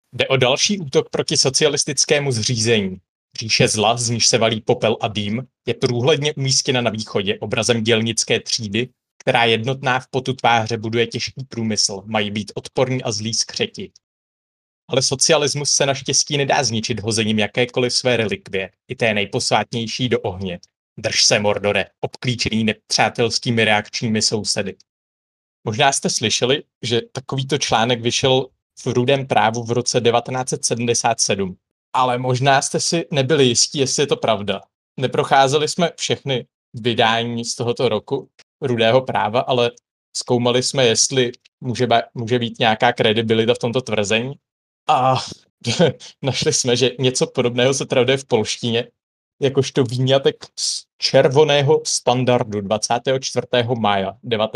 Jde o další útok proti socialistickému zřízení. Říše zla, z níž se valí popel a dým, je průhledně umístěna na východě obrazem dělnické třídy, která jednotná v potu tváře buduje těžký průmysl, mají být odporní a zlí skřeti. Ale socialismus se naštěstí nedá zničit hozením jakékoliv své relikvie, i té nejposvátnější do ohně. Drž se, Mordore, obklíčený nepřátelskými reakčními sousedy. Možná jste slyšeli, že takovýto článek vyšel v Rudém právu v roce 1977. Ale možná jste si nebyli jistí, jestli je to pravda. Neprocházeli jsme všechny vydání z tohoto roku Rudého práva, ale zkoumali jsme, jestli může být nějaká kredibilita v tomto tvrzení. A našli jsme, že něco podobného se traduje v polštině, jakožto výňatek z červeného standardu 24. mája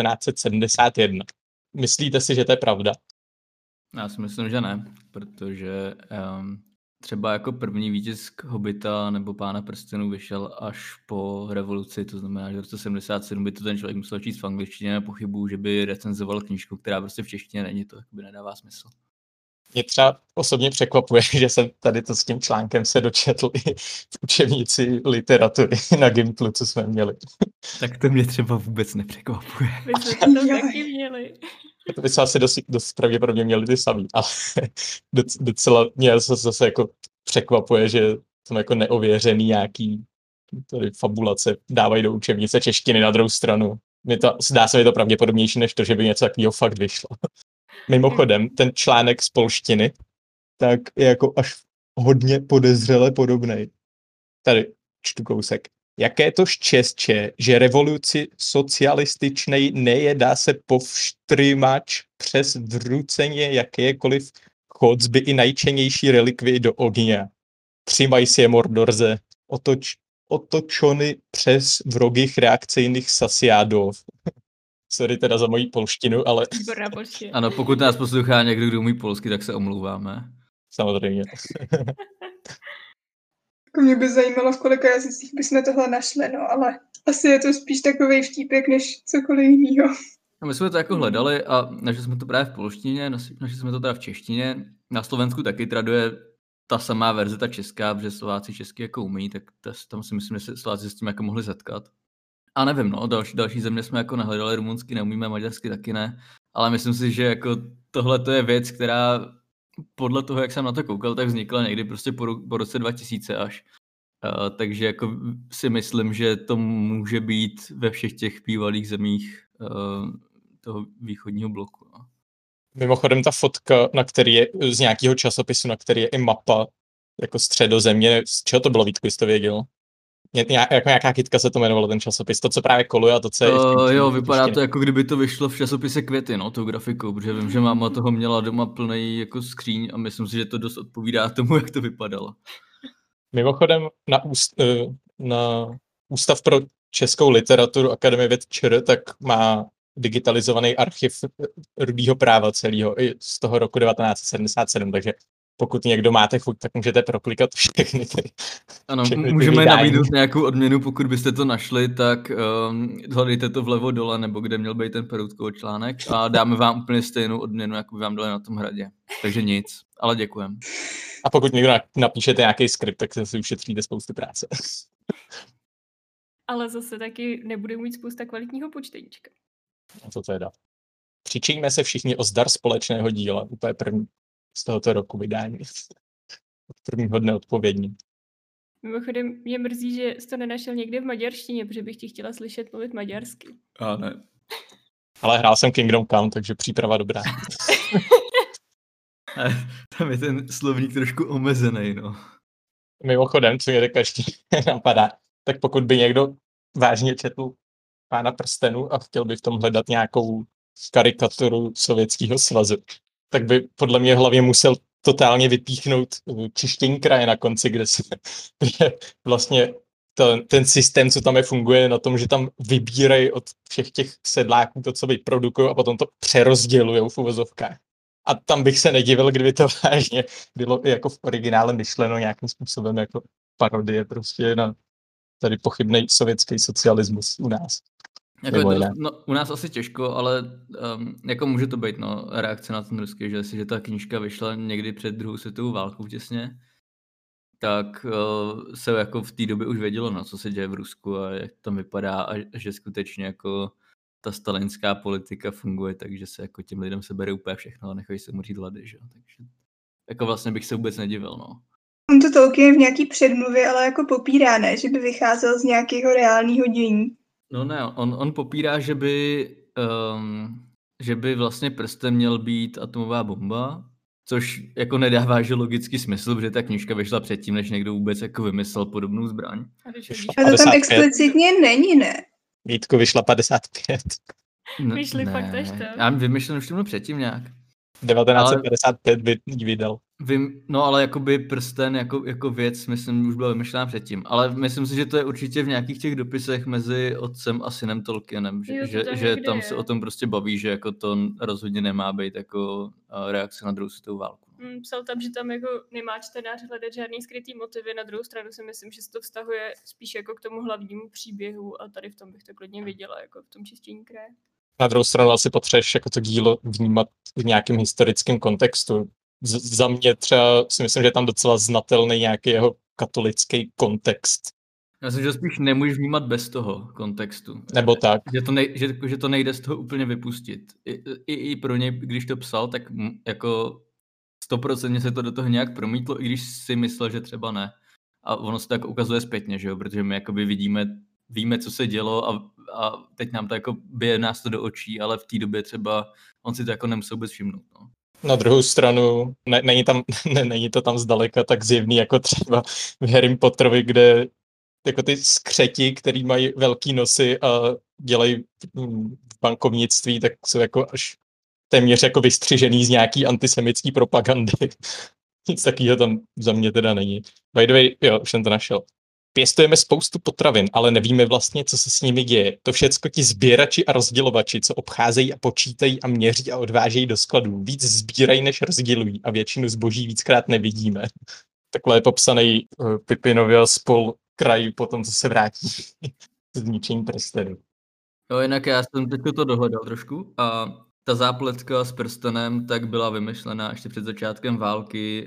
1971. Myslíte si, že to je pravda? Já si myslím, že ne, protože třeba jako první výtisk Hobita nebo Pána prstenů vyšel až po revoluci, to znamená, že v roce 77 by to ten člověk musel číst v angličtině a pochybuju, že by recenzoval knížku, která prostě v češtině není, to by nedává smysl. Mě třeba osobně překvapuje, že jsem tady to s tím článkem se dočetl i v učebnici literatury na Gimplu, co jsme měli. Tak to mě třeba vůbec nepřekvapuje. My jsme to taky měli. To by se asi dost pravděpodobně měli ty samý, ale docela mě zase jako překvapuje, že tam jako neověřený nějaký tady fabulace dávají do učebnice češtiny na druhou stranu. Zdá se mi to pravděpodobnější, než to, že by něco takového fakt vyšlo. Mimochodem, ten článek z polštiny, tak je jako až hodně podezřele podobnej. Tady čtu kousek. Jaké to štěstě, že revoluci socialističnej nejedá se povštrymač přes vruceně jakékoliv chodzby i najčenější relikvii do ognia. Třimaj si je, Mordorze, otočony přes vrogých reakcijných sasiádov. Sorry teda za moji polštinu, ale... Ano, pokud nás poslouchá někdo, kdo umí polsky, tak se omlouváme. Samozřejmě. Mě by zajímalo, v kolika jazycích bychom tohle našli, no, ale asi je to spíš takovej vtípek, než cokoliv jinýho. A my jsme to jako hledali a našli jsme to právě v polštině, našli jsme to teda v češtině. Na Slovensku taky traduje ta samá verze, ta česká, protože Slováci česky jako umí, tak tam si myslím, že se Slováci s tím jako mohli setkat. A nevím, no, další země jsme jako nehledali, rumunsky neumíme, maďarsky taky ne, ale myslím si, že jako tohle to je věc, která podle toho, jak jsem na to koukal, tak vznikla někdy prostě po roce 2000 až. Takže jako si myslím, že to může být ve všech těch bývalých zemích toho východního bloku. No. Mimochodem ta fotka, na který je z nějakého časopisu, na který je i mapa jako středozemě, z čeho to bylo, Vítku, jsi to věděl? Jako nějaká kytka se to jmenovalo, ten časopis, to, co právě koluje a to, co je... Jo, vypadá to, jako kdyby to vyšlo v časopise Květy, no, tou grafikou, protože vím, že máma toho měla doma plnej jako skříň a myslím si, že to dost odpovídá tomu, jak to vypadalo. Mimochodem na Ústav pro českou literaturu Akademie věd ČR tak má digitalizovaný archiv Rudého práva celého i z toho roku 1977, takže pokud někdo máte chuť, tak můžete proklikat všechny ty. Ano, můžeme nabídnout nějakou odměnu, pokud byste to našli, tak hledejte to vlevo dole, nebo kde měl být ten Peroutkovo článek a dáme vám úplně stejnou odměnu, jako by vám dali na tom hradě. Takže nic, ale děkujem. A pokud někdo napíšete nějaký skript, tak si ušetříte spoustu práce. Ale zase taky nebude mít spousta kvalitního počteníčka. A to teda. Přičiňme se všichni o zdar společného díla, úplně první z tohoto roku vydání. Od prvního dne odpovědní. Mimochodem mě mrzí, že jsi to nenašel někde v maďarštině, protože bych ti chtěla slyšet mluvit maďarsky. A ne. Ale hrál jsem Kingdom Come, takže příprava dobrá. Tam je ten slovník trošku omezený, no. Mimochodem, co mě teď ještě napadá, tak pokud by někdo vážně četl Pána prstenů a chtěl by v tom hledat nějakou karikaturu Sovětského svazu, tak by podle mě hlavně musel totálně vypíchnout čištění kraje na konci, kde vlastně ten systém, co tam funguje na tom, že tam vybírají od všech těch sedláků to, co vyprodukují a potom to přerozdělujou v uvozovkách. A tam bych se nedivil, kdyby to vážně bylo jako v originále myšleno nějakým způsobem jako parodie prostě na tady pochybný sovětský socialismus u nás. Jako Mimo je to, jiné. no, u nás asi těžko, ale jako může to být reakce na ten ruský, že ta knížka vyšla někdy před druhou světovou válkou těsně, tak se jako v té době už vědělo, co se děje v Rusku a jak tam vypadá a že skutečně jako ta stalinská politika funguje, takže se jako těm lidem se bere úplně všechno a nechají se umřít hlady, že? Takže jako vlastně bych se vůbec nedivil, no. On to Tolkien v nějaký předmluvě, ale jako popírá, ne? Že by vycházel z nějakého reálného dění. No ne, on popírá, že by vlastně prstem měl být atomová bomba, což jako nedává že logický smysl, protože ta knížka vyšla předtím, než někdo vůbec jako vymyslel podobnou zbraň. A když hodíš A to tam 55. explicitně není, ne? Vítku, vyšla 55. Vyšly fakt až tak. Já vymyšlel už to předtím nějak. 1955 by ji vydal. No ale jakoby prsten jako věc, myslím, už byla vymyšlená předtím. Ale myslím si, že to je určitě v nějakých těch dopisech mezi otcem a synem Tolkienem, Jo, to tam že někde tam je. se o tom prostě baví, že jako to rozhodně nemá být jako reakce na druhou světovou válku. Psal tam, že tam jako nemá čtenář hledat žádný skrytý motivy, na druhou stranu si myslím, že se to vztahuje spíš jako k tomu hlavnímu příběhu a tady v tom bych to klidně viděla, jako v tom čištění kraje. Na druhou stranu asi potřebuješ jako to dílo vnímat v nějakém historickém kontextu. Za mě třeba si myslím, že je tam docela znatelný nějaký jeho katolický kontext. Já myslím, že spíš nemůžeš vnímat bez toho kontextu. Nebo tak. Že to nejde z toho úplně vypustit. I pro něj, když to psal, tak jako 100% se to do toho nějak promítlo, i když si myslel, že třeba ne. A ono se tak ukazuje zpětně, že jo? Protože my jakoby víme, co se dělo a teď nám to jako bije nás to do očí, ale v té době třeba on si to jako nemusel vůbec všimnout. No. Na druhou stranu není to tam zdaleka tak zjevný jako třeba v Harry Potterovi, kde jako ty skřeti, který mají velký nosy a dělají v bankovnictví, tak jsou jako až téměř jako vystřižený z nějaký antisemitský propagandy. Nic takového tam za mě teda není. By the way, jo, už jsem to našel. Pěstujeme spoustu potravin, ale nevíme vlastně, co se s nimi děje. To všecko ti sběrači a rozdělovači, co obcházejí a počítají a měří a odvážejí do skladů. Víc sbírají, než rozdělují a většinu zboží víckrát nevidíme. Takhle je popsaný Pippinovi spol kraj po tom, co se vrátí z ničení prstenu. Jo, jinak já jsem teď to dohledal trošku a ta zápletka s prstenem tak byla vymyšlená ještě před začátkem války,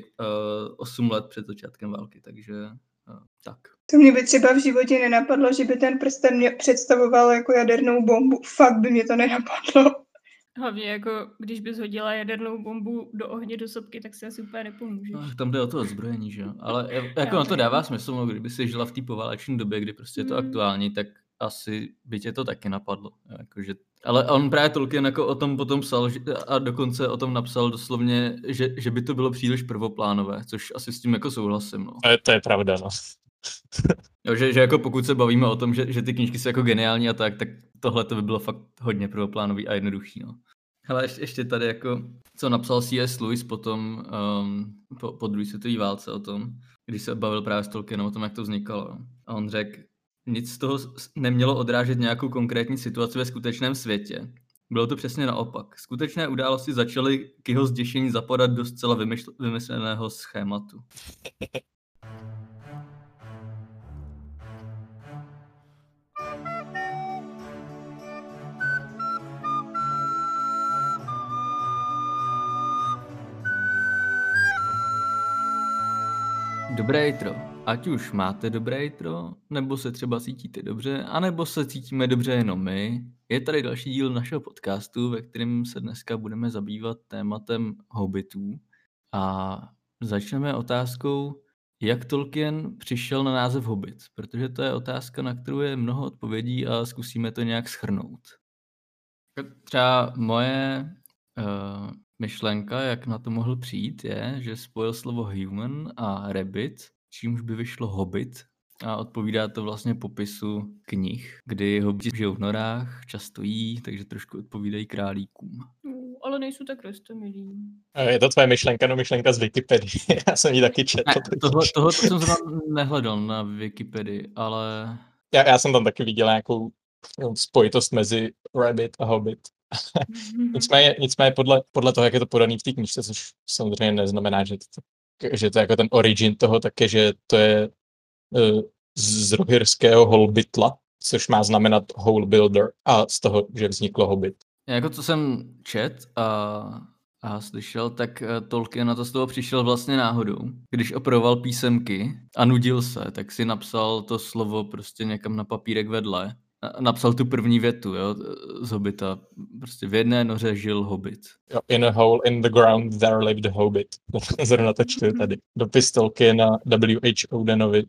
8 let před začátkem války, takže tak. To mě by třeba v životě nenapadlo, že by ten prsten mě představoval jako jadernou bombu. Fakt by mě to nenapadlo. Hlavně jako, když bys hodila jadernou bombu do ohně do sopky, tak si asi úplně nepomůžeš. No, tam jde o to odzbrojení, že jo? Ale jako na to dává smysl, no, kdyby si žila v té poválečné době, kdy prostě je to aktuální, tak asi by tě to taky napadlo. Jakože, ale on právě Tolkien jako o tom potom psal a dokonce o tom napsal doslovně, že by to bylo příliš prvoplánové, což asi s tím jako souhlasím. No. To je pravda, no. Jo, že jako pokud se bavíme o tom, že ty knížky jsou jako geniální a tak tohle to by bylo fakt hodně prvoplánový a jednoduchý. No. Hele, ještě tady jako, co napsal C.S. Lewis potom po druhé světové válce o tom, když se bavil právě s Tolkienem o tom, jak to vznikalo. A on řekl, nic z toho nemělo odrážet nějakou konkrétní situaci ve skutečném světě. Bylo to přesně naopak. Skutečné události začaly k jeho zděšení zapadat do zcela vymysleného schématu. Dobré jitro. Ať už máte dobré jitro, nebo se třeba cítíte dobře, anebo se cítíme dobře jenom my, je tady další díl našeho podcastu, ve kterém se dneska budeme zabývat tématem Hobbitů. A začneme otázkou, jak Tolkien přišel na název Hobbit, protože to je otázka, na kterou je mnoho odpovědí a zkusíme to nějak shrnout. Třeba moje myšlenka, jak na to mohl přijít, je, že spojil slovo human a rabbit, čímž by vyšlo hobbit a odpovídá to vlastně popisu knih, kdy hobbiti žijou v norách, často jí, takže trošku odpovídají králíkům. Ale nejsou tak roztomilí. Je to tvoje myšlenka, no myšlenka z Wikipedie. Já jsem ji taky četl. Tohle jsem se nehledal na Wikipedii, ale... Já jsem tam taky viděl nějakou spojitost mezi rabbit a hobbit. Nicméně podle toho, jak je to podaný v té knížce, což samozřejmě neznamená, že to je jako ten origin toho, tak je, že to je z rohirského holbitla, což má znamenat hole builder a z toho, že vzniklo Hobbit. Jako co jsem čet a slyšel, tak Tolkien na to slovo přišel vlastně náhodou. Když opravoval písemky a nudil se, tak si napsal to slovo prostě někam na papírek vedle. Napsal tu první větu, jo, z Hobbita. Prostě v jedné noře žil Hobbit. Jo, in a hole in the ground there lived a Hobbit. Zrovna to čtu tady. Dopis Tolkiena W.H. Audenovi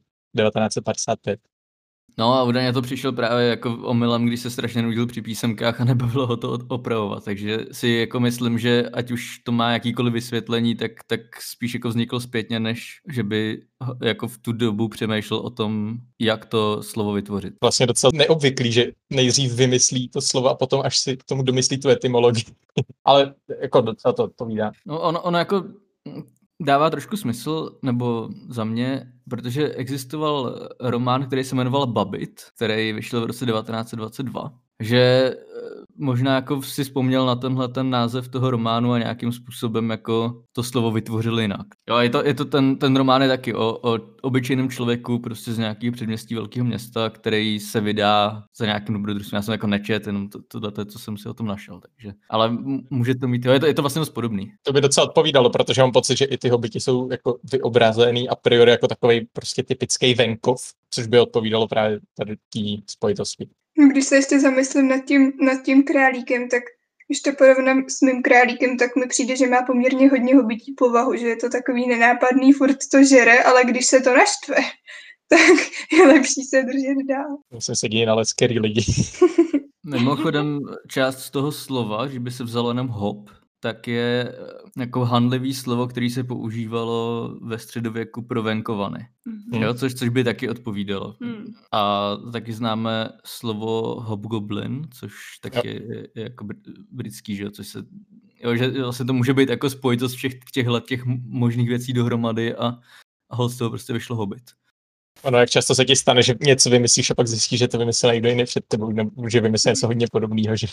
1955. No a údajně to přišel právě jako omylem, když se strašně nudil při písemkách a nebavilo ho to opravovat. Takže si jako myslím, že ať už to má jakýkoliv vysvětlení, tak spíš jako vzniklo zpětně, než že by jako v tu dobu přemýšlel o tom, jak to slovo vytvořit. Vlastně docela neobvyklý, že nejdřív vymyslí to slovo a potom až si k tomu domyslí tu etymologii. Ale jako docela to vídá. No ono jako dává trošku smysl, nebo za mě, protože existoval román, který se jmenoval Babbitt, který vyšel v roce 1922, že možná jako si vzpomněl na tenhle ten název toho románu a nějakým způsobem jako to slovo vytvořil jinak. Jo, je to ten román je taky o obyčejném člověku prostě z nějakého předměstí velkého města, který se vydá za nějakým dobrodružstvím. Já jsem jako nečet, jenom to, co jsem si o tom našel. Takže. Ale může to mít, jo, je to vlastně dost podobný. To by docela odpovídalo, protože mám pocit, že i ty hobiti jsou jako vyobrazený a priori jako takovej prostě typický venkov, což by odpovídalo právě tady té spojitosti. Když se ještě zamyslím nad tím králíkem, tak když to porovnám s mým králíkem, tak mi přijde, že má poměrně hodně hobití povahu, že je to takový nenápadný, furt to žere, ale když se to naštve, tak je lepší se držet dál. Musím se dějí na skvělý lidi. Mimochodem část z toho slova, že by se vzalo jenom hop, tak je jako handlivý slovo, který se používalo ve středověku pro venkovany. Jo, což by taky odpovídalo. A taky známe slovo hobgoblin, což taky je jako britský, že jo, což se, jo, že vlastně to může být jako spojitost všech těch možných věcí dohromady a holt z toho prostě vyšlo Hobbit. Ono, jak často se ti stane, že něco vymyslíš a pak zjistíš, že to vymyslel někdo jiný před tebou, nebo že vymyslel něco hodně podobného, že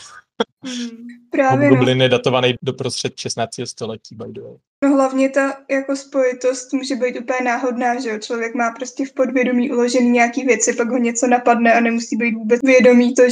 Právě Hobgoblin je datovaný doprostřed 16. století, by the way. No hlavně ta jako spojitost může být úplně náhodná, že jo? Člověk má prostě v podvědomí uložený nějaký věci, pak ho něco napadne a nemusí být vůbec vědomý to,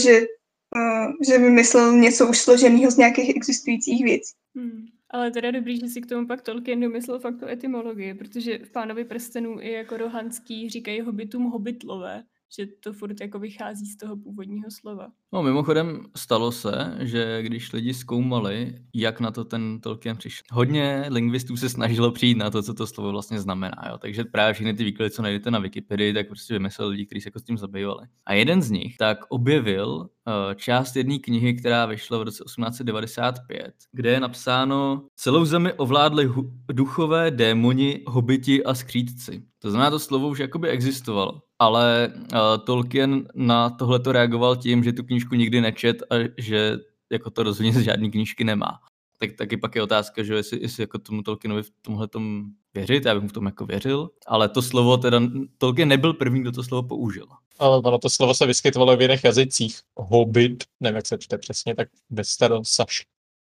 že vymyslel něco už složeného z nějakých existujících věcí. Ale teda dobrý, že si k tomu pak Tolkien domyslel fakt tu etymologii, protože v Pánovi prstenů i jako rohanský říkají hobitům hobitlové, že to furt jako vychází z toho původního slova. No mimochodem stalo se, že když lidi zkoumali, jak na to ten Tolkien přišel. Hodně lingvistů se snažilo přijít na to, co to slovo vlastně znamená. Jo? Takže právě všechny ty výklady, co najdete na Wikipedii, tak prostě vymysleli lidi, kteří se jako s tím zabývali. A jeden z nich tak objevil část jedné knihy, která vyšla v roce 1895, kde je napsáno: celou zemi ovládli duchové, démoni, hobiti a skřítci. To znamená, to slovo už jakoby existovalo. Ale Tolkien na tohleto reagoval tím, že tu knížku nikdy nečet a že jako to rozhodně z žádný knížky nemá. Tak taky pak je otázka, že jestli jako tomu Tolkienovi v tomhletom věřit, já bych mu v tom jako věřil, ale to slovo teda, Tolkien nebyl první, kdo to slovo použil. Ale ono to slovo se vyskytovalo v jiných jazycích. Hobbit, nevím, jak se čte přesně, tak ve starosaš.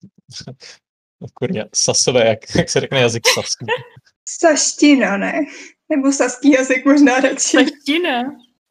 Kurňa, sasové, jak se řekne jazyk saský. Saština, ne? Nebo saský jazyk možná radši. Saština?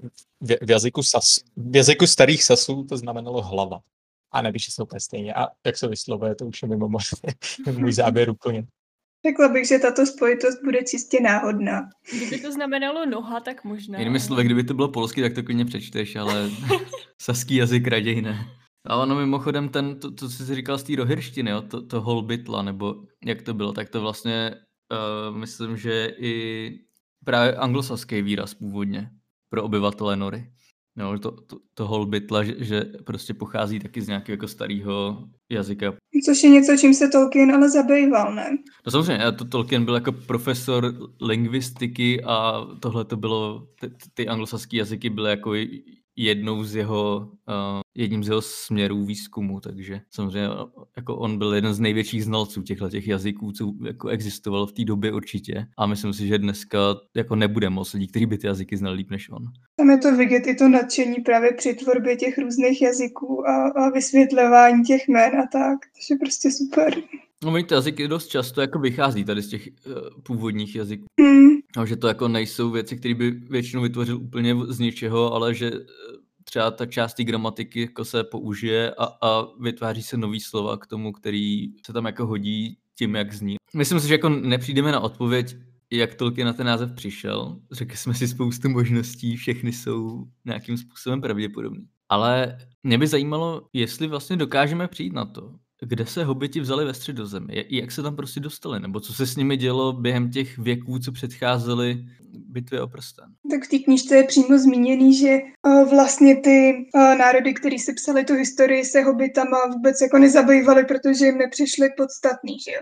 V jazyku starých Sasů to znamenalo hlava. A nepíše se úplně stejně. A jak se vyslovuje, to už je mimo můj záběr úplně. Řekla bych, že tato spojitost bude čistě náhodná. Kdyby to znamenalo noha, tak možná. Jinými slovy, kdyby to bylo polsky, tak to klidně přečteš, ale saský jazyk raději ne. A ono mimochodem, to jsi říkal z té rohirštiny, jo, to holbitla, nebo jak to bylo, tak to vlastně myslím, že i právě anglosaský výraz původně pro obyvatele Nory. No, to holbitla, že prostě pochází taky z nějakého jako starého jazyka. Což je něco, čím se Tolkien ale zabýval, ne? No samozřejmě, Tolkien byl jako profesor lingvistiky a tohle to bylo, ty anglosaský jazyky byly jako jedním z jeho směrů výzkumu, takže samozřejmě jako on byl jeden z největších znalců těch jazyků, co jako existovalo v té době určitě. A myslím si, že dneska jako nebude moc lidí, kteří by ty jazyky znali líp než on. Tam je to vidět i to nadšení právě při tvorbě těch různých jazyků a vysvětlování těch jmen a tak. To je prostě super. No, ty jazyky dost často jako vychází tady z těch původních jazyků. No, že to jako nejsou věci, které by většinou vytvořil úplně z ničeho, ale že třeba ta část té gramatiky jako se použije a vytváří se nový slova k tomu, který se tam jako hodí tím, jak zní. Myslím si, že jako nepřijdeme na odpověď, jak Tolkien na ten název přišel. Řekli jsme si spoustu možností, všechny jsou nějakým způsobem pravděpodobné. Ale mě by zajímalo, jestli vlastně dokážeme přijít na to, kde se hobiti vzali ve Středozemi, jak se tam prostě dostali, nebo co se s nimi dělo během těch věků, co předcházely bitvě o prsten. Tak v té knížce je přímo zmíněný, že vlastně ty národy, který si psali tu historii, se hobitama vůbec jako nezabývali, protože jim nepřišli podstatný, že jo.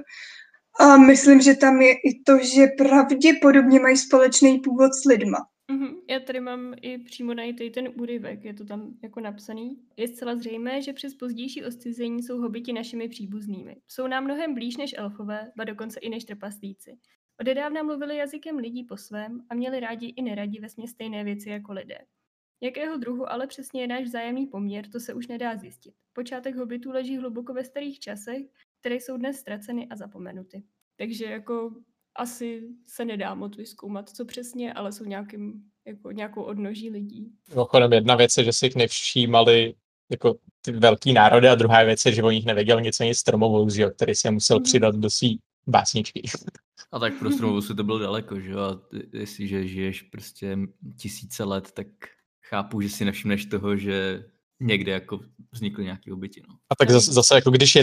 A myslím, že tam je i to, že pravděpodobně mají společný původ s lidma. Já tady mám i přímo najít ten úryvek, je to tam jako napsaný. Je zcela zřejmé, že přes pozdější oscizení jsou hobiti našimi příbuznými. Jsou nám mnohem blíž než elfové, ba dokonce i než trpaslíci. Odedávna mluvili jazykem lidí po svém a měli rádi i neradi vesměs stejné věci jako lidé. Jakého druhu ale přesně je náš vzájemný poměr, to se už nedá zjistit. Počátek hobitů leží hluboko ve starých časech, které jsou dnes ztraceny a zapomenuty. Takže jako asi se nedá moc vyzkoumat, co přesně, ale jsou nějakou odnoží lidí. Mimochodem jedna věc je, že si jich nevšímali jako ty velký národy a druhá věc je, že o nich nevěděl nic ani Stromovous, který se musel přidat do svý básničky. A tak pro Stromovousu to bylo daleko, že jo? A jestliže žiješ prostě tisíce let, tak chápu, že si nevšimneš toho, že někde jako vznikly nějaký hobiti, no. A tak zase jako když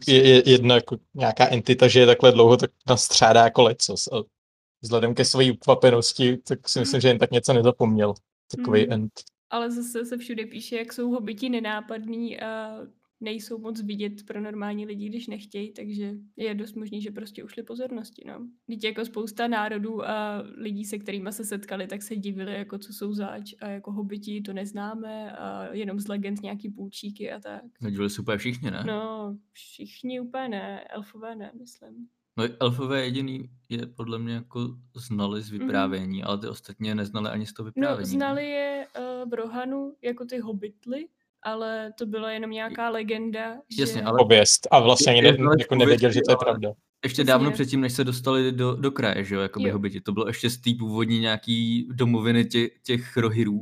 jedna jako nějaká entita žije takhle dlouho, tak nás střádá jako lecos. A vzhledem ke své ukvapenosti, tak si myslím, že jen tak něco nezapomněl. Takový ent. Ale zase se všude píše, jak jsou hobiti nenápadní a nejsou moc vidět pro normální lidi, když nechtějí, takže je dost možný, že prostě ušli pozornosti, no. Vždyť jako spousta národů a lidí, se kterými se setkali, tak se divili, jako co jsou zač a jako hobiti to neznáme a jenom z legend nějaký půlčíky a tak. No divili se úplně všichni, ne? No, všichni úplně ne, elfové ne, myslím. No elfové jediný je podle mě jako znali z vyprávění, ale ty ostatně neznali ani z toho vyprávění. No, znali je v Rohanu jako ty hobitly, ale to byla jenom nějaká legenda, Jasně, že... ale... Pověst. A vlastně ani jako nevěděl, že to je pravda. Ještě dávno předtím, než se dostali do kraje, že jo, jakoby hobiti. To bylo ještě z té původní nějaký domoviny těch rohirů,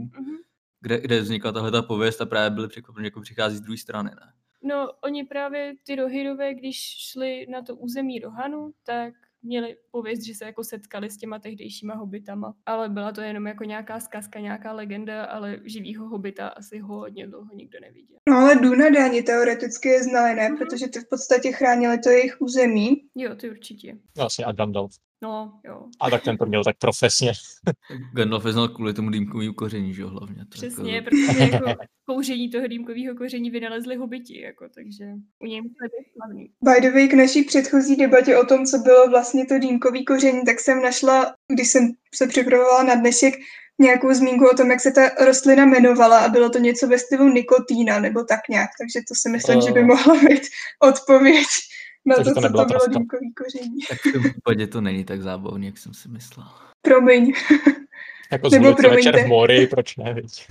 kde vznikla tahleta pověst a právě byli překvapeni, jako přichází z druhé strany, ne? No, oni právě, ty rohirové, když šli na to území Rohanu, tak měli pověst, že se jako setkali s těma tehdejšíma hobitama. Ale byla to jenom jako nějaká zkazka, nějaká legenda, ale živýho hobita asi hodně dlouho nikdo neviděl. No ale Dunadáni teoreticky je znali, ne? Protože ty v podstatě chránili to jejich území. Jo, ty určitě. Vlastně a Gandalf. No, jo. A tak ten to měl tak profesně. Gandalf je znal kvůli tomu dýmkovému koření, že jo, hlavně. Přesně, jako... protože jako kouření toho dýmkového koření vynalezli hobiti, jako, takže u něj museli být slavný. By the way, k naší předchozí debatě o tom, co bylo vlastně to dýmkový koření, tak jsem našla, když jsem se připravovala na dnešek, nějakou zmínku o tom, jak se ta rostlina jmenovala a bylo to něco ve stylu nikotína nebo tak nějak, takže to si myslím, že by mohla být odpověď na to, co to bylo dýmkový koření. Tak v tom případě to není tak zábavný, jak jsem si myslel. Promiň. Jako zvolit večer v mori, proč ne, viď?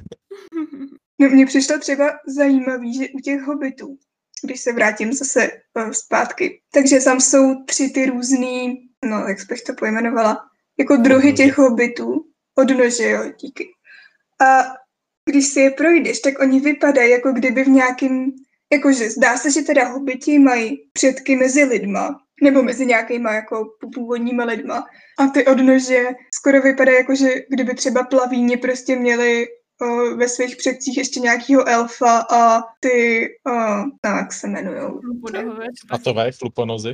No, mně přišlo třeba zajímavý, že u těch hobitů, když se vrátím zase zpátky, takže tam jsou 3 ty různý, no jak bych to pojmenovala, jako druhy těch hobitů, odnože, jo, díky. A když si je projdeš, tak oni vypadají, jako kdyby v nějakým, jakože zdá se, že teda hobiti mají předky mezi lidma, nebo mezi nějakýma jako původníma lidma. A ty odnože skoro vypadají, jako že kdyby třeba plavíni prostě měli ve svých předcích ještě nějakýho elfa a ty, jak se jmenujou? Statové, fluponozy.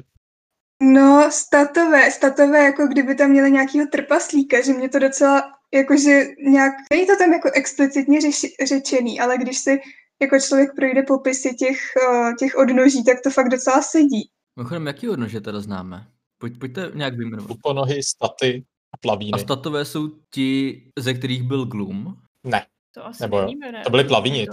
No, statové, jako kdyby tam měli nějakýho trpaslíka, že mě to docela, jakože nějak, není to tam jako explicitně řečený, ale když si jako člověk projde popisy těch odnoží, tak to fakt docela sedí. Mimochodem, jaký odnože teda známe? Pojďte nějak vyjmenovat. Fluponohy, staty a plavíny. A statové jsou ti, ze kterých byl Gloom? Ne. To asi nebo nevíme, ne? To byly plavíni,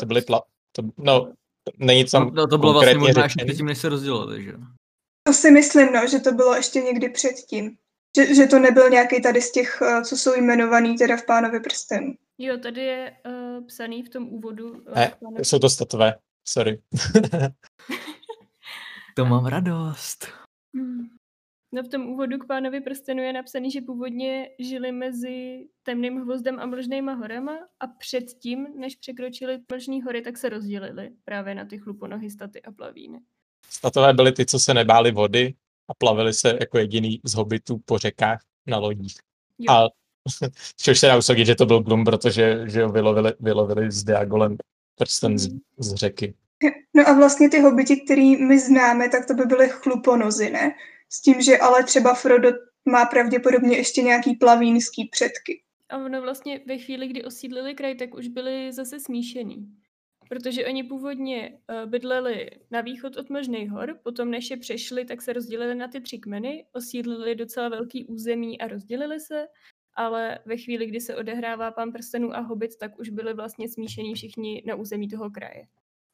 není tam to bylo vlastně možná ještě předtím, než se rozdělili, že? To si myslím, no, že to bylo ještě někdy předtím. Že to nebyl nějaký tady z těch, co jsou jmenovaný teda v Pánovi prstenů. Jo, tady je psaný v tom úvodu. Jsou to statové, sorry. To mám radost. No v tom úvodu k Pánovi prstenu je napsaný, že původně žili mezi Temným hvozdem a Mlžnýma horama a předtím, než překročili Mlžný hory, tak se rozdělili právě na ty chluponohy, staty a plavíny. Statové byly ty, co se nebáli vody a plavili se jako jediný z hobitů po řekách na lodích. Jo. A což se dá usodit, že to byl Glum, protože že ho vylovili s Diagolem prsten z řeky. No a vlastně ty hobiti, který my známe, tak to by byly chluponozy, ne? S tím, že ale třeba Frodo má pravděpodobně ještě nějaký plavínský předky. A ono vlastně ve chvíli, kdy osídlili kraj, tak už byli zase smíšený. Protože oni původně bydleli na východ od Mlžných hor, potom než je přešli, tak se rozdělili na ty 3 kmeny, osídlili docela velký území a rozdělili se, ale ve chvíli, kdy se odehrává Pán prstenů a Hobbit, tak už byli vlastně smíšení všichni na území toho kraje.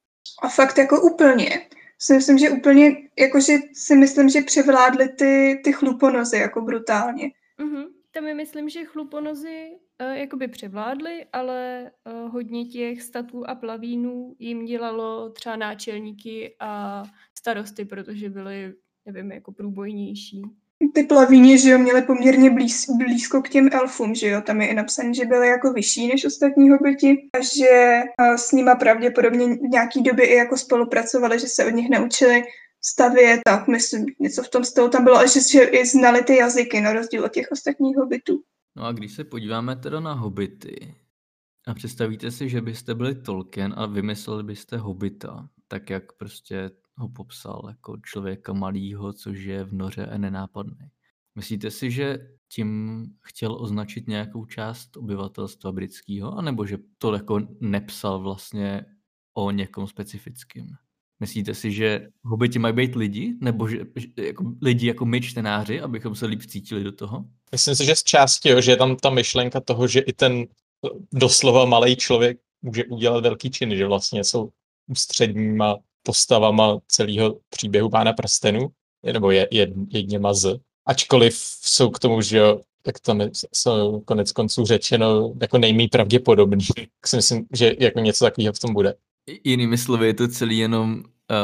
A fakt jako úplně. Si myslím, že úplně, jakože si myslím, že převládly ty chluponozy jako brutálně. Tam je myslím, že chluponozy jakoby převládly, ale hodně těch statů a plavínů jim dělalo třeba náčelníky a starosty, protože byli, nevím, jako průbojnější. Ty plavíni, že jo, měly poměrně blízko k těm elfům, že jo, tam je i napsané, že byly jako vyšší než ostatní hobiti a že s nima pravděpodobně v nějaký době i jako spolupracovali, že se od nich naučili stavět, tak myslím, něco v tom stylu tam bylo, a že i znali ty jazyky na rozdíl od těch ostatních hobitů. No a když se podíváme teda na hobity a představíte si, že byste byli Tolkien a vymysleli byste hobita, tak jak prostě ho popsal jako člověka malýho, což je v noře a nenápadný. Myslíte si, že tím chtěl označit nějakou část obyvatelstva britského, anebo že to jako nepsal vlastně o někom specifickým? Myslíte si, že hobiti mají být lidi, nebo že jako lidi jako my čtenáři, abychom se líp cítili do toho? Myslím si, že z části, jo, že je tam ta myšlenka toho, že i ten doslova malý člověk může udělat velký činy, že vlastně jsou ústředníma postavama celého příběhu Pána prstenů, nebo jedněma z. Ačkoliv jsou k tomu, že jo, jak tam jsou konec konců řečeno, jako nejméně pravděpodobný. Tak si myslím, že jako něco takového v tom bude. Jinými slovy je to celý jenom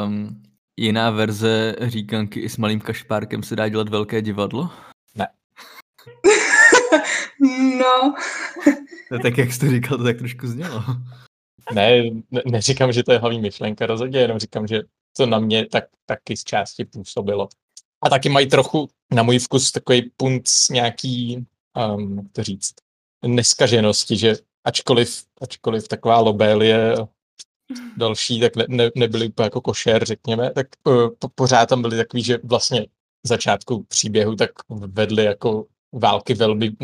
jiná verze říkanky i s malým kašpárkem se dá dělat velké divadlo? Ne. No. No, tak jak jsi to říkal, to tak trošku znělo. Neříkám, že to je hlavní myšlenka rozhodně, jenom říkám, že to na mě taky z části působilo. A taky mají trochu na můj vkus takový punt nějaký, jak to říct, neskaženosti, že ačkoliv taková Lobelie další, tak nebyly úplně jako košer, řekněme, tak pořád tam byly takový, že vlastně v začátku příběhu tak vedli jako války.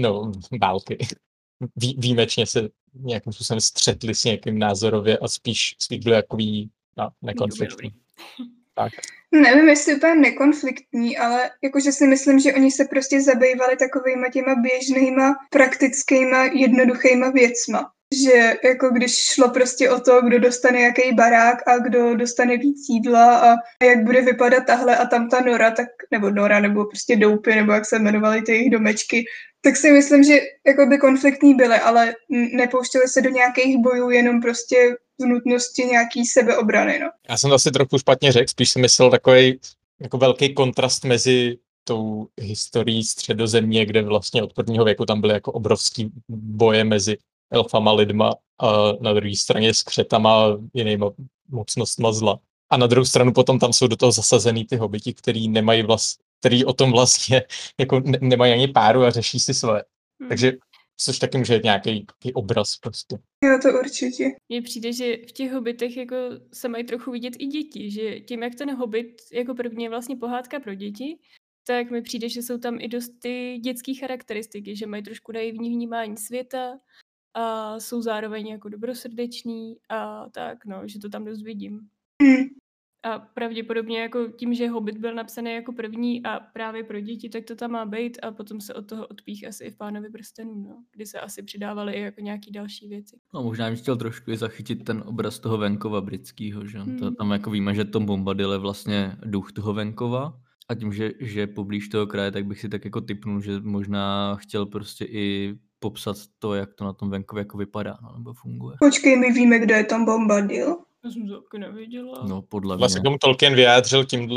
Výjimečně se nějakým způsobem střetli s nějakým názorově a spíš byli takový nekonfliktní. Tak. Nevím, jestli úplně nekonfliktní, ale jakože si myslím, že oni se prostě zabývali takovejma těma běžnýma, praktickýma, jednoduchýma věcma. Že jako když šlo prostě o to, kdo dostane jaký barák a kdo dostane víc jídla a jak bude vypadat tahle a tam ta nora, nebo prostě doupy, nebo jak se jmenovaly ty jejich domečky, tak si myslím, že jakoby konfliktní byly, ale nepouštěli se do nějakých bojů, jenom prostě v nutnosti nějaký sebeobrany, no. Já jsem to asi trochu špatně řekl, spíš jsem myslel takový jako velký kontrast mezi tou historií Středozemě, kde vlastně od prvního věku tam byly jako obrovský boje mezi elfama, lidma a na druhé straně s křetama a jinýma mocnostma zla. A na druhou stranu potom tam jsou do toho zasazený ty hobiti, který o tom vlastně jako nemají ani páru a řeší si své. Takže což taky může být nějaký obraz prostě. Jo, to určitě. Mně přijde, že v těch hobitech jako se mají trochu vidět i děti, že tím, jak ten hobit jako první je vlastně pohádka pro děti, tak mi přijde, že jsou tam i dost ty dětské charakteristiky, že mají trošku naivní vnímání světa a jsou zároveň jako dobrosrdeční a tak, no, že to tam dost vidím. A pravděpodobně jako tím, že Hobbit byl napsaný jako první a právě pro děti, tak to tam má být a potom se od toho odpích asi i v Pánovi prstenů, no, kdy se asi přidávaly i jako nějaký další věci. No možná bych chtěl trošku i zachytit ten obraz toho venkova britského, že? To tam jako víme, že Tom Bombadil je vlastně duch toho venkova a tím, že poblíž toho kraje, tak bych si tak jako tipnul, že možná chtěl prostě i popsat to, jak to na tom venkově jako vypadá, no, nebo funguje. Počkej, my víme, kdo je Tom Bombadil. Já jsem to taky nevěděla. No, podle mě. Vlastně tomu Tolkien vyjádřil tímhle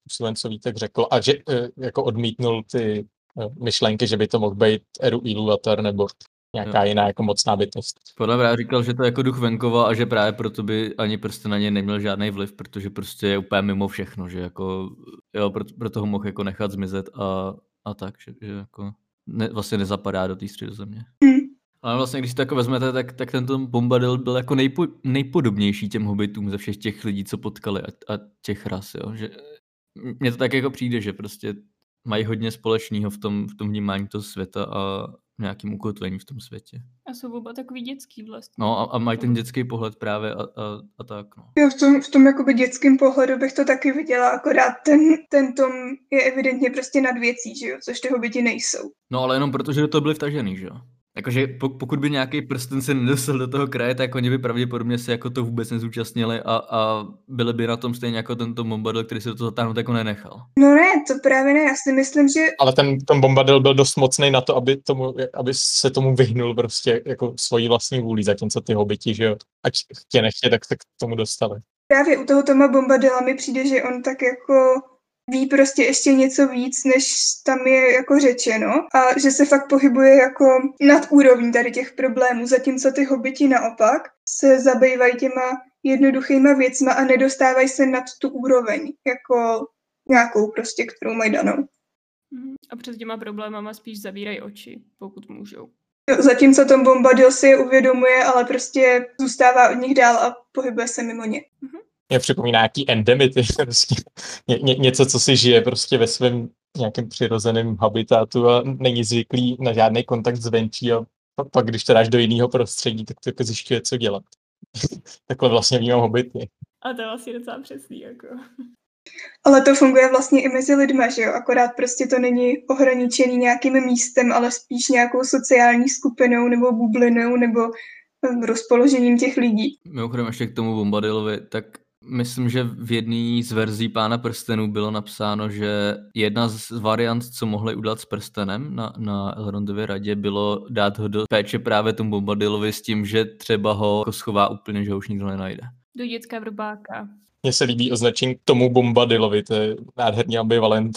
způsobem, co Vítek řekl, a že jako odmítnul ty myšlenky, že by to mohl být Eru Ilúvatar nebo nějaká jiná jako mocná bytost. Podle mě říkal, že to je jako duch venkova a že právě proto by ani prostě na ně neměl žádný vliv, protože prostě je úplně mimo všechno, že jako, jo, proto ho mohl jako nechat zmizet a tak, že jako vlastně nezapadá do té středozemě. Ale vlastně, když si to jako vezmete, tak tento Bombadil byl jako nejpodobnější těm hobitům ze všech těch lidí, co potkali a těch ras, jo, že mně to tak jako přijde, že prostě mají hodně společného v tom vnímání toho světa a nějakým ukotvení v tom světě. A jsou oba takový dětský vlastně. No a mají ten dětský pohled právě a tak, no. Jo, v tom jakoby dětském pohledu bych to taky viděla, akorát ten Tom je evidentně prostě nad věcí, že jo, což ty hobiti nejsou. No ale jenom protože do toho byli vtažený, že jo. Jakože pokud by nějaký prsten se nedostal do toho kraje, tak oni by pravděpodobně se jako to vůbec nezúčastnili a byli by na tom stejně jako tento Bombadil, který se do toho zatáhnout jako nenechal. No ne, to právě ne, já si myslím, že... Ale ten Bombadil byl dost mocný na to, aby se tomu vyhnul prostě jako svojí vlastní vůli, zatímco ty hobiti, že jo, ať chtě nechtě, tak se k tomu dostali. Právě u toho Toma Bombadila mi přijde, že on tak jako ví prostě ještě něco víc, než tam je jako řečeno a že se fakt pohybuje jako nad úrovní tady těch problémů, zatímco ty hobiti naopak se zabývají těma jednoduchýma věcma a nedostávají se nad tu úroveň, jako nějakou prostě, kterou mají danou. A před těma problémama spíš zavírají oči, pokud můžou. Jo, zatímco Tom Bombadil si je uvědomuje, ale prostě zůstává od nich dál a pohybuje se mimo ně. Mě připomíná nějaký endemity, prostě něco, co si žije prostě ve svém nějakém přirozeném habitatu a není zvyklý na žádný kontakt zvenčí a pak když to dáš do jiného prostředí, tak to jako zjišťuje, co dělat. Takhle vlastně vnímám hobity. A to je vlastně docela přesný, jako. Ale to funguje vlastně i mezi lidma, že jo? Akorát prostě to není ohraničený nějakým místem, ale spíš nějakou sociální skupinou nebo bublinou nebo rozpoložením těch lidí. Mimochodem ještě k tomu Bombadilovi, tak myslím, že v jedné z verzí Pána prstenů bylo napsáno, že jedna z variant, co mohli udělat s prstenem na Elrondově radě, bylo dát ho do péče právě tomu Bombadilovi s tím, že třeba ho schová úplně, že ho už nikdo nenajde. Do dětská vrbáka. Mně se líbí označení k tomu Bombadilovi, to je nádherný ambivalent.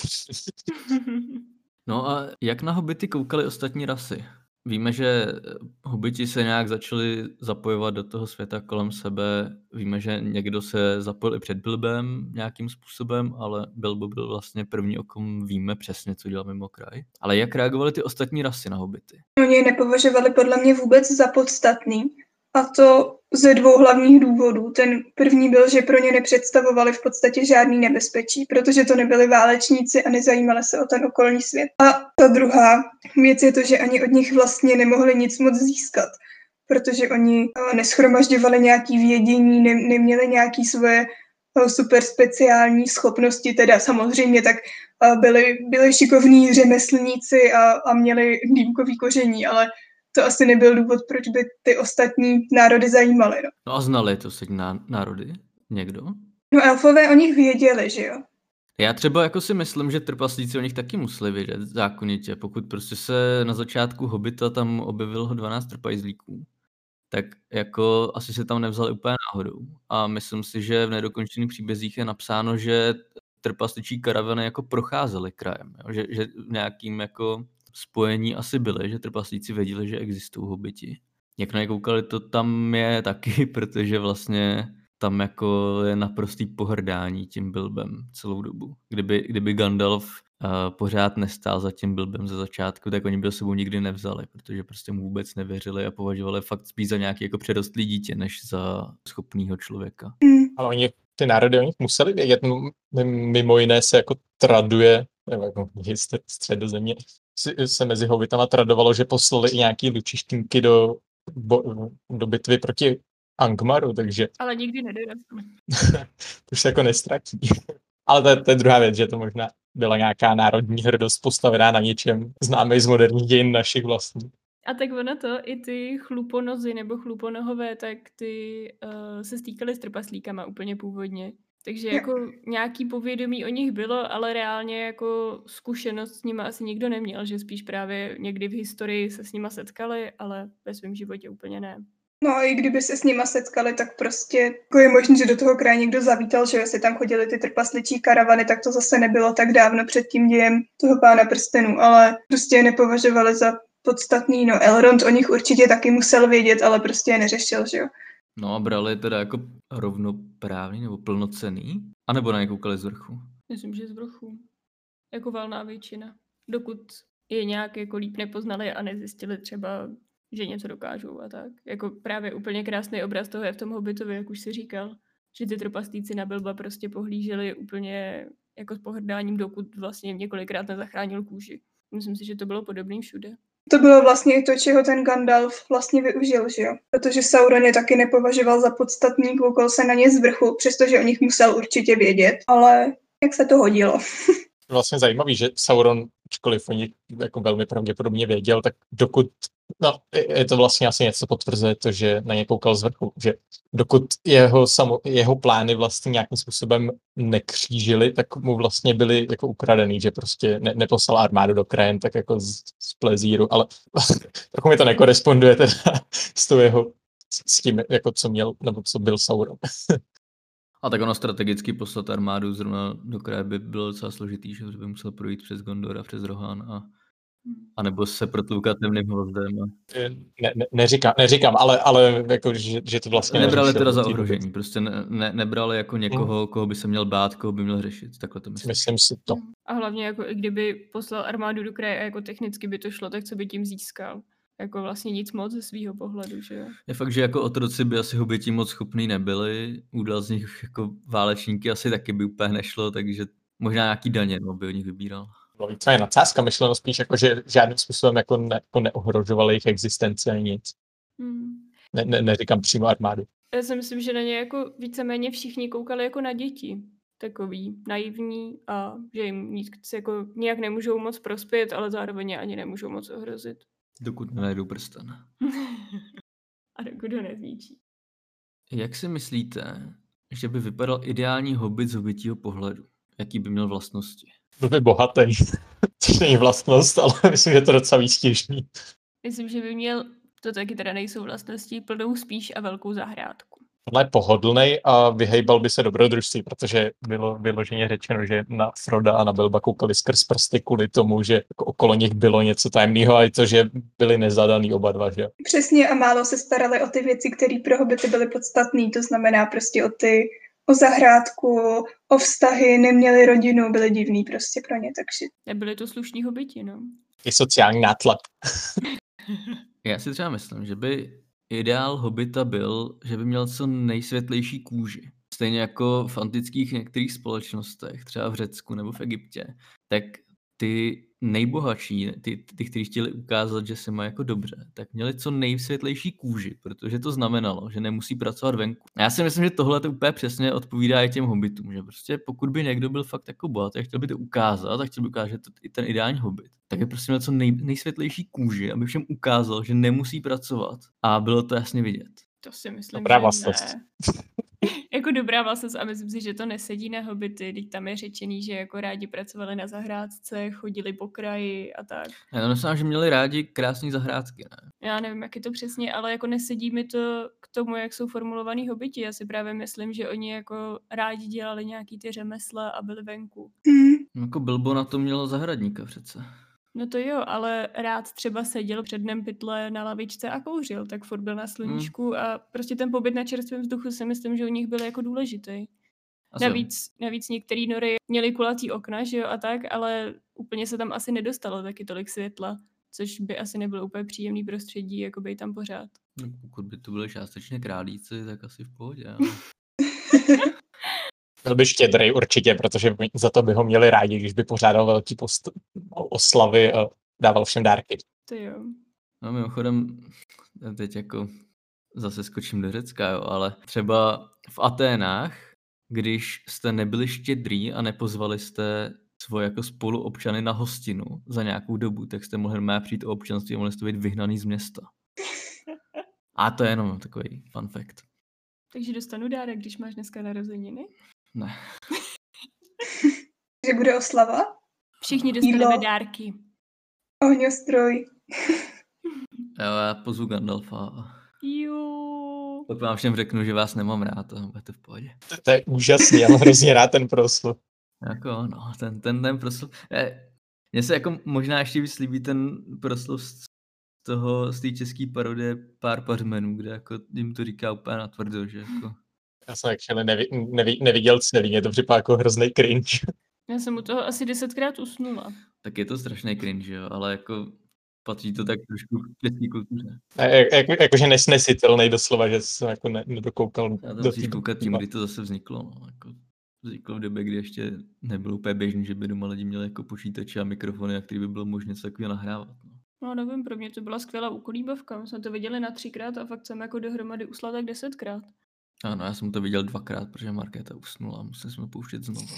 No a jak na hobity koukali ostatní rasy? Víme, že hobiti se nějak začali zapojovat do toho světa kolem sebe. Víme, že někdo se zapojil i před Bilbem nějakým způsobem, ale Bilbo byl vlastně první, o kom víme přesně, co dělal mimo kraj. Ale jak reagovaly ty ostatní rasy na hobity? Oni je nepovažovali podle mě vůbec za podstatný. A to ze dvou hlavních důvodů. Ten první byl, že pro ně nepředstavovali v podstatě žádný nebezpečí, protože to nebyli válečníci a nezajímali se o ten okolní svět. A ta druhá věc je to, že ani od nich vlastně nemohli nic moc získat, protože oni neschromažďovali nějaký vědění, neměli nějaký svoje super speciální schopnosti, teda samozřejmě tak byli šikovní řemeslníci a měli dýmkový koření, ale to asi nebyl důvod, proč by ty ostatní národy zajímaly. No, no a znali to ostatní národy? Někdo? No elfové o nich věděli, že jo? Já třeba jako si myslím, že trpaslíci o nich taky museli vědět zákonitě. Pokud prostě se na začátku Hobita tam objevilo 12 trpajzlíků, tak jako asi se tam nevzali úplně náhodou. A myslím si, že v nedokončených příbězích je napsáno, že trpasličí karavany jako procházely krajem. Jo? Že v nějakým jako spojení asi byly, že trpaslíci věděli, že existují hobiti. Jak na ně koukali, to tam je taky, protože vlastně tam jako je naprostý pohrdání tím Bilbem celou dobu. Kdyby Gandalf pořád nestál za tím Bilbem ze začátku, tak oni by sebou nikdy nevzali, protože prostě mu vůbec nevěřili a považovali fakt spíš za nějaký jako předostlý dítě, než za schopného člověka. Ale oni, ty národy o nich museli vědět, mimo jiné se jako traduje, nebo jako středozemě, se mezi hobitama tradovalo, že poslali i nějaký lučištínky do bitvy proti Angmaru, takže... Ale nikdy nedorastli. To už se jako nestratí. Ale to je druhá věc, že to možná byla nějaká národní hrdost postavená na něčem známé z moderních dějin našich vlastních. A tak ono to, i ty chluponozy nebo chluponohové, tak ty se stýkaly s trpaslíkama úplně původně. Takže jako nějaký povědomí o nich bylo, ale reálně jako zkušenost s nima asi nikdo neměl, že spíš právě někdy v historii se s nima setkali, ale ve svém životě úplně ne. No a i kdyby se s nima setkali, tak prostě jako je možné, že do toho kraje někdo zavítal, že jestli tam chodili ty trpasličí karavany, tak to zase nebylo tak dávno před tím dějem toho Pána prstenů, ale prostě je nepovažovali za podstatný. No Elrond o nich určitě taky musel vědět, ale prostě je neřešil, že jo. No a brali je teda jako rovnoprávný nebo plnocenný? A nebo na ně koukali z vrchu? Myslím, že z vrchu. Jako valná většina. Dokud je nějak jako líp nepoznali a nezjistili třeba, že něco dokážou a tak. Jako právě úplně krásný obraz toho je v tom Hobbitovi, jak už si říkal, že ty trpaslíci na Bilba prostě pohlíželi úplně jako s pohrdáním, dokud vlastně několikrát nezachránil kůži. Myslím si, že to bylo podobný všude. To bylo vlastně to, čeho ten Gandalf vlastně využil, že jo? Protože Sauron je taky nepovažoval za podstatný, koukal se na ně z vrchu, přestože o nich musel určitě vědět, ale jak se to hodilo. Vlastně zajímavý, že Sauron, ačkoliv o nich jako velmi pravděpodobně věděl, tak dokud, no je to vlastně asi něco potvrzuje to, že na ně koukal z vrchu, že dokud jeho plány vlastně nějakým způsobem nekřížily, tak mu vlastně byly jako ukradený, že prostě neposlal armádu do krajen tak jako z plezíru, ale trochu mi to nekoresponduje teda s tím, jako co měl, nebo co byl Sauron. A tak ono strategicky poslat armádu zrovna do kraje by bylo docela složitý, že by musel projít přes Gondor a přes Rohan a nebo se protloukat temným hvozdem. Neříkám, ale jako, že to vlastně nebrali teda za ohrožení, prostě nebrali jako někoho, koho by se měl bát, koho by měl řešit, takhle to myslím. Myslím si to. A hlavně jako i kdyby poslal armádu do kraje a jako technicky by to šlo, tak co by tím získal? Jako vlastně nic moc ze svýho pohledu, že jo? Je fakt, že jako otroci by asi hobiti moc schopný nebyli, udělat z nich jako válečníky asi taky by úplně nešlo, takže možná nějaký daně by od nich vybíral. No víc je nadsázka, myšleno spíš jako, že žádným způsobem jako neohrožovaly jejich existenci ani nic. Neříkám přímo armádu. Já si myslím, že na ně jako víceméně všichni koukali jako na děti. Takový naivní a že jim nic jako nějak nemůžou moc prospět, ale zároveň ani nemůžou moc ohrozit. Dokud nenajdou prsten. A dokud ho nezničí. Jak si myslíte, že by vypadal ideální hobbit z hobbitího pohledu? Jaký by měl vlastnosti? Byl by bohatý. Což není vlastnost, ale myslím, že je to docela výstěžný. Myslím, že by měl, to taky teda nejsou vlastnosti, plnou spíš a velkou zahrádku. Tohle je pohodlný a vyhejbal by se dobrodružství, protože bylo vyloženě řečeno, že na Froda a na Bilba koukali skrz prsty kvůli tomu, že jako okolo nich bylo něco tajemného a i to, že byli nezadaný oba dva, že? Přesně a málo se starali o ty věci, které pro hobity byly podstatné, to znamená prostě o zahrádku, o vztahy, neměli rodinu, byli divný prostě pro ně, takže. Nebyli to slušní hobiti, no. I sociální nátlak. Já si třeba myslím, že by ideál hobita byl, že by měl co nejsvětlejší kůži. Stejně jako v antických některých společnostech, třeba v Řecku nebo v Egyptě, tak ty nejbohatší, ty kteří chtěli ukázat, že se mají jako dobře, tak měli co nejsvětlejší kůži, protože to znamenalo, že nemusí pracovat venku. A já si myslím, že tohle to úplně přesně odpovídá i těm hobitům, že prostě pokud by někdo byl fakt jako bohatý a chtěl by to ukázat a chtěl by ukázat, že to je ten ideální hobit, tak by prostě měl co nejsvětlejší kůži, aby všem ukázal, že nemusí pracovat a bylo to jasně vidět. To si myslím, dobrá že vlastnost. Ne. Jako dobrá vlastnost a myslím si, že to nesedí na hobity, když tam je řečený, že jako rádi pracovali na zahrádce, chodili po kraji a tak. Já to myslím, že měli rádi krásné zahrádky, ne? Já nevím, jak je to přesně, ale jako nesedí mi to k tomu, jak jsou formulovaný hobiti. Já si právě myslím, že oni jako rádi dělali nějaký ty řemesla a byli venku. Jako Bilbo na to měl zahradníka přece. No to jo, ale rád třeba seděl před dnem pytle na lavičce a kouřil, tak furt byl na sluníčku a prostě ten pobyt na čerstvém vzduchu si myslím, že u nich byl jako důležitý. Navíc některý nory měly kulatý okna, že jo, a tak, ale úplně se tam asi nedostalo taky tolik světla, což by asi nebylo úplně příjemný prostředí, jako by tam pořád. No, pokud by to byly částečně králíci, tak asi v pohodě. Byl by štědrej určitě, protože za to by ho měli rádi, když by pořádal velký oslavy a dával všem dárky. To jo. No mimochodem, teď jako zase skočím do Řecka, jo, ale třeba v Aténách, když jste nebyli štědrý a nepozvali jste svoje jako spoluobčany na hostinu za nějakou dobu, tak jste mohli přijít o občanství a mohli jste být vyhnaný z města. A to je jenom takový fun fact. Takže dostanu dárek, když máš dneska narozeniny? Ne. Že bude oslava? Všichni dostaneme dárky. Ohňostroj. Jo, já pozvu Gandalfa. Jo. Pak vám všem řeknu, že vás nemám rád a budete v pohodě. To je úžasný, já mám hrozně rád ten proslov. Jako, no, ten proslov. Mně se jako možná ještě víc líbí ten proslov z té české parodie Pár pařmenů, kde jako jim to říká úplně natvrdo, že jako... Já jsem actually neviděl celý, mě to připadá jako hrozný cringe. Já jsem u toho asi 10krát usnula. Tak je to strašný cringe, jo, ale jako patří to tak trošku k české kultuře. Jakože nesnesitelný doslova, že jsem jako nedokoukal. Já to musíš koukat tím, kdy to zase vzniklo, no. Jako vzniklo v době, kdy ještě nebylo úplně běžný, že by doma lidi měli jako počítače a mikrofony, na který by bylo možné něco takového nahrávat. No. No nevím, pro mě to byla skvělá úkolíbavka. My jsme to viděli na 3krát a fakt jsem jako dohromady usla tak 10krát. Ano, já jsem to viděl 2krát, protože Markéta usnula a museli jsme pouštět znovu.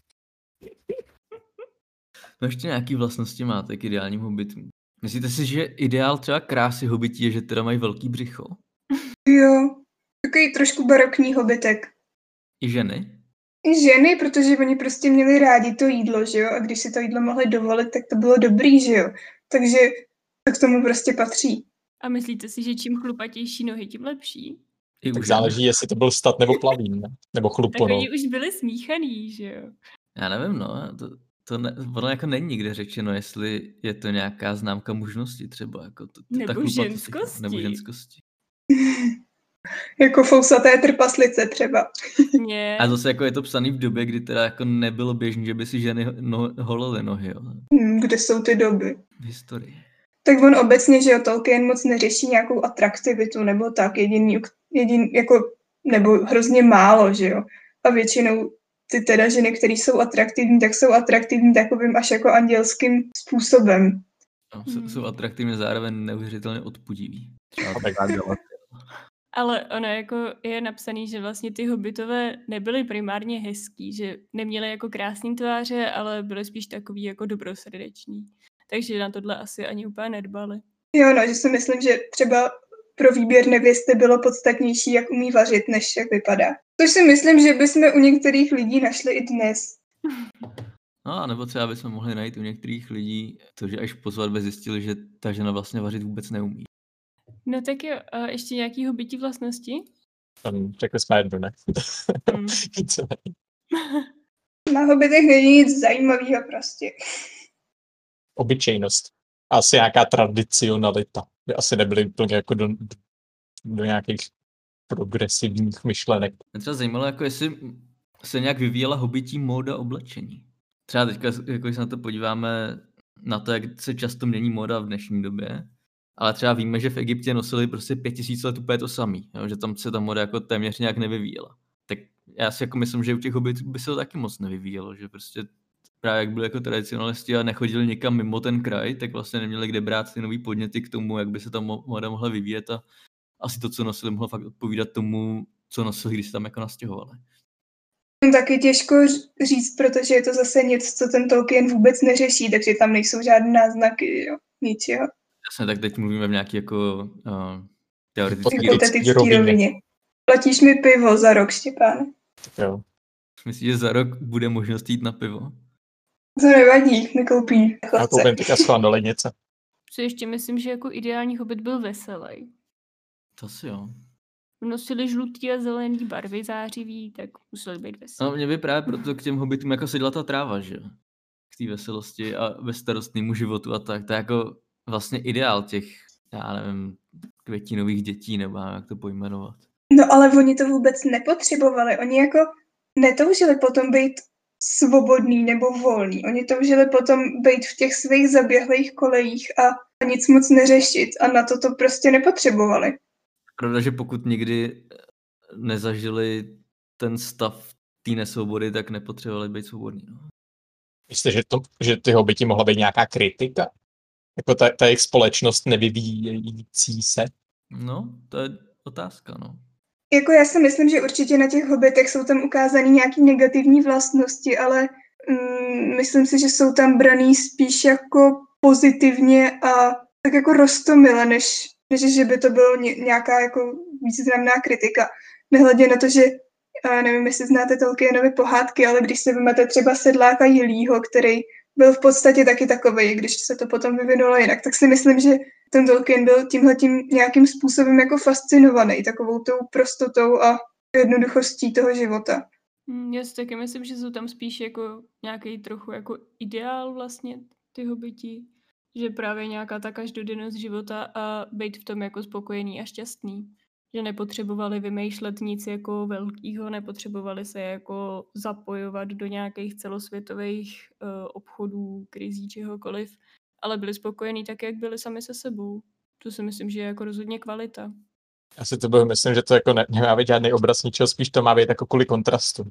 No ještě nějaký vlastnosti máte k ideálním hobitům? Myslíte si, že ideál třeba krásy hobití je, že teda mají velký břicho? Jo, takový trošku barokní hobitek. I ženy? I ženy, protože oni prostě měli rádi to jídlo, že jo? A když si to jídlo mohli dovolit, tak to bylo dobrý, že jo? Takže to k tomu prostě patří. A myslíte si, že čím chlupatější nohy, tím lepší? I Tak u záleží, jestli to byl stat nebo plavín, ne? Nebo chlupo, no. Takový už byli smíchaný, že jo? Já nevím, no. Ono jako není nikde řečeno, jestli je to nějaká známka mužnosti třeba. Jako Nebo ženskosti. Nebo ženskosti. Jako fousaté trpaslice třeba. Ne. A zase jako je to psaný v době, kdy teda jako nebylo běžné, že by si ženy holily nohy, jo. Kde jsou ty doby? V historii. Tak on obecně, že jo, Tolkien moc neřeší nějakou atraktivitu, nebo tak, jediný jako, nebo hrozně málo, že jo. A většinou ty teda ženy, které jsou atraktivní, tak jsou atraktivní takovým až jako andělským způsobem. No, jsou atraktivně zároveň neuvěřitelně odpudivý. Třeba Ale ono jako je napsaný, že vlastně ty hobitové nebyly primárně hezký, že neměly jako krásný tváře, ale byly spíš takový jako dobrosrdeční. Takže na tohle asi ani úplně nedbali. Jo, no, že si myslím, že třeba pro výběr nevěsty bylo podstatnější, jak umí vařit, než jak vypadá. Což si myslím, že bychom u některých lidí našli i dnes. No, nebo třeba bychom mohli najít u některých lidí to, že až po svatbě zjistili, že ta žena vlastně vařit vůbec neumí. No tak jo, a ještě nějaký hobití vlastnosti? Řekli jsme jednu, ne? Na hobitech není nic zajímavého prostě. Obyčejnost. Asi nějaká tradicionalita. By asi nebyly úplně jako do nějakých progresivních myšlenek. Mě třeba zajímalo, jako jestli se nějak vyvíjela hobití móda oblečení. Třeba teďka, jako když se na to podíváme, na to, jak se často mění móda v dnešní době, ale třeba víme, že v Egyptě nosili prostě 5000 let úplně to samý, jo? Že tam se ta moda jako téměř nějak nevyvíjela. Tak já si jako myslím, že u těch hobitů by se to taky moc nevyvíjelo, že prostě právě jak byli jako tradicionalisti a nechodili někam mimo ten kraj, tak vlastně neměli kde brát ty nový podněty k tomu, jak by se ta moda mohla vyvíjet a asi to, co nosili, mohlo fakt odpovídat tomu, co nosili, když se tam jako nastěhovali. Taky těžko říct, protože je to zase něco, co ten Tolkien vůbec neřeší, takže tam nejsou žádné náznaky, jo, ničeho. Jasně, tak teď mluvíme v nějaký jako teoretický hypotetický rovině. Platíš mi pivo za rok, Štěpáne? Jo. Myslíš, že za rok bude možnost jít na pivo? To nevadí, nekoupí. Já koupím teďka schovám do lednice. Co ještě myslím, že jako ideální hobit byl veselý. To si jo. Nosili žlutý a zelený barvy zářivý, tak museli být veselý. No mě by právě proto k těm hobitům jako sedla ta tráva, že jo? K té veselosti a bezstarostnému životu a tak. To je jako vlastně ideál těch, já nevím, květinových dětí, nebo jak to pojmenovat. No ale oni to vůbec nepotřebovali. Oni jako netoužili potom být svobodný nebo volný. Oni toužili potom být v těch svých zaběhlých kolejích a nic moc neřešit. A na to prostě nepotřebovali. Pravda, že pokud nikdy nezažili ten stav té nesvobody, tak nepotřebovali být svobodní. No. Myslíte, že ty hobiti mohla být nějaká kritika? Jako ta jejich společnost nevyvíjející se? No, to je otázka, no. Jako já si myslím, že určitě na těch hobitech jsou tam ukázány nějaké negativní vlastnosti, ale myslím si, že jsou tam braný spíš jako pozitivně a tak jako roztomile, než že by to bylo nějaká jako významná kritika. Nehledě na to, že nevím, jestli znáte Tolkienovy pohádky, ale když si vezmete třeba Sedláka Jilího, který byl v podstatě taky takovej, když se to potom vyvinulo jinak, tak si myslím, že ten Tolkien byl tímhletím nějakým způsobem jako fascinovaný, takovou tou prostotou a jednoduchostí toho života. Já si taky myslím, že jsou tam spíš jako nějaký trochu jako ideál vlastně ty hobiti, že právě nějaká ta každodennost života a být v tom jako spokojený a šťastný. Že nepotřebovali vymýšlet nic jako velkýho, nepotřebovali se jako zapojovat do nějakých celosvětových obchodů, krizí, čehokoliv, ale byli spokojení tak, jak byli sami se sebou. To si myslím, že je jako rozhodně kvalita. Já si to bylo, myslím, že to jako nemá být žádný obraz ničeho, spíš to má být jako kvůli kontrastu.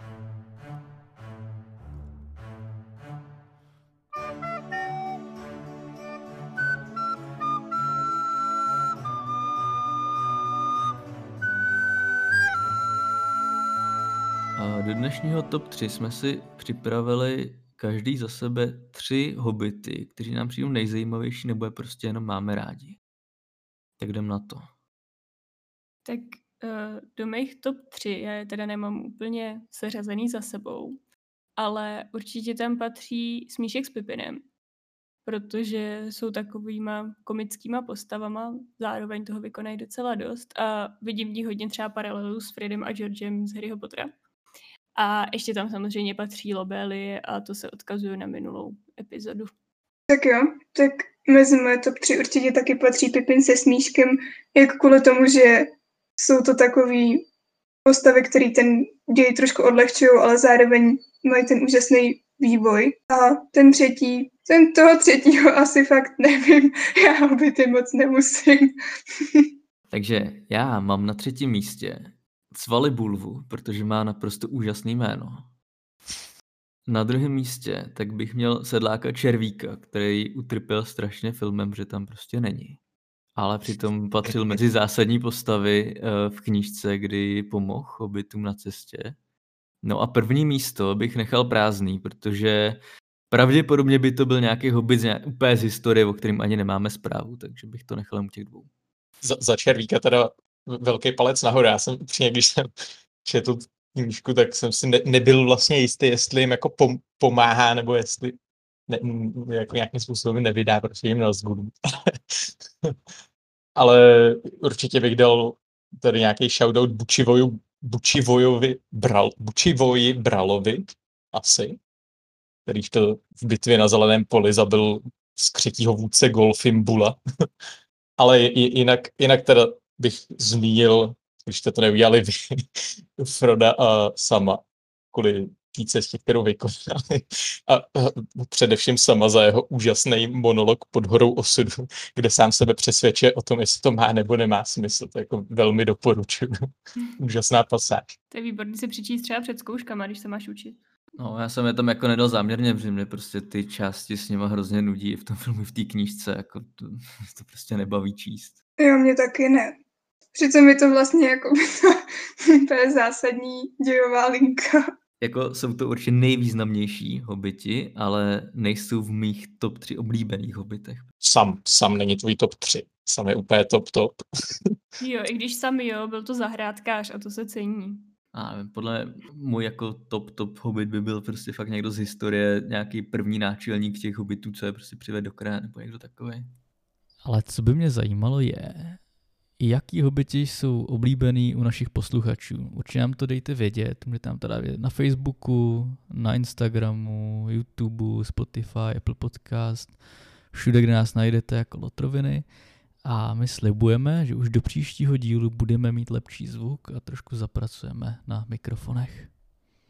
A do dnešního top 3 jsme si připravili každý za sebe 3 hobity, kteří nám přijdou nejzajímavější, nebo je prostě jenom máme rádi. Tak jdem na to. Tak do mých top 3, já je teda nemám úplně seřazený za sebou, ale určitě tam patří Smíšek s Pipinem, protože jsou takovýma komickýma postavama, zároveň toho vykonají docela dost a vidím v ní hodně třeba paralelu s Fredem a Georgem z Harryho Pottera. A ještě tam samozřejmě patří Lobelie a to se odkazuje na minulou epizodu. Tak jo, tak mezi moje top 3 určitě taky patří Pipin se Smíškem, jak kvůli tomu, že jsou to takový postavy, který ten děj trošku odlehčují, ale zároveň mají ten úžasný vývoj. A toho třetího asi fakt nevím, já hobity moc nemusím. Takže já mám na 3. místě Cvalibulvu, protože má naprosto úžasný jméno. Na 2. místě tak bych měl sedláka Červíka, který utrpěl strašně filmem, že tam prostě není. Ale přitom patřil mezi zásadní postavy v knížce, kdy pomohl hobitům na cestě. No a 1. místo bych nechal prázdný, protože pravděpodobně by to byl nějaký hobit úplně z historie, o kterým ani nemáme zprávu, takže bych to nechal u těch 2. Za Červíka teda velký palec nahoru. Já jsem upřímně, když jsem četl knížku, tak jsem si nebyl vlastně jistý, jestli jim jako pomáhá, nebo jestli jako nějakým způsobem nevydá, protože jim nazgulů. Ale určitě bych dal tady nějaký shoutout Bučivoji Bralovi, asi, kterýž to v bitvě na zeleném poli zabil skřetího vůdce Golfimbula. Ale jinak teda bych zmínil, když jste to neudělali vy, Froda a Sama, kvůli té cestě, kterou vykonali. A především Sama za jeho úžasný monolog Pod horou osudu, kde sám sebe přesvědčuje o tom, jestli to má nebo nemá smysl. To jako velmi doporučuji. Úžasná pasáž. To je výborný si přečíst třeba před zkouškama, když se máš učit. No, já jsem je tam jako nedal záměrně, protože mě prostě ty části s nima hrozně nudí i v tom filmu, v té knížce, jako to prostě nebaví číst. Jo, mě taky ne. Přitom je to vlastně jako úplně zásadní dějová linka. Jako jsou to určitě nejvýznamnější hobiti, ale nejsou v mých top 3 oblíbených hobitech. Sam není tvůj top 3. Sam je úplně top. Jo, i když Sam byl to zahrádkář a to se cení. A podle můj jako top hobit by byl prostě fakt někdo z historie, nějaký první náčelník těch hobitů, co je prostě přived do kraje, nebo někdo takový. Ale co by mě zajímalo je, jaký hobiti jsou oblíbený u našich posluchačů. Určitě nám to dejte vědět, můžete nám to dát vědět na Facebooku, na Instagramu, YouTube, Spotify, Apple Podcast, všude, kde nás najdete jako Lotroviny. A my slibujeme, že už do příštího dílu budeme mít lepší zvuk a trošku zapracujeme na mikrofonech.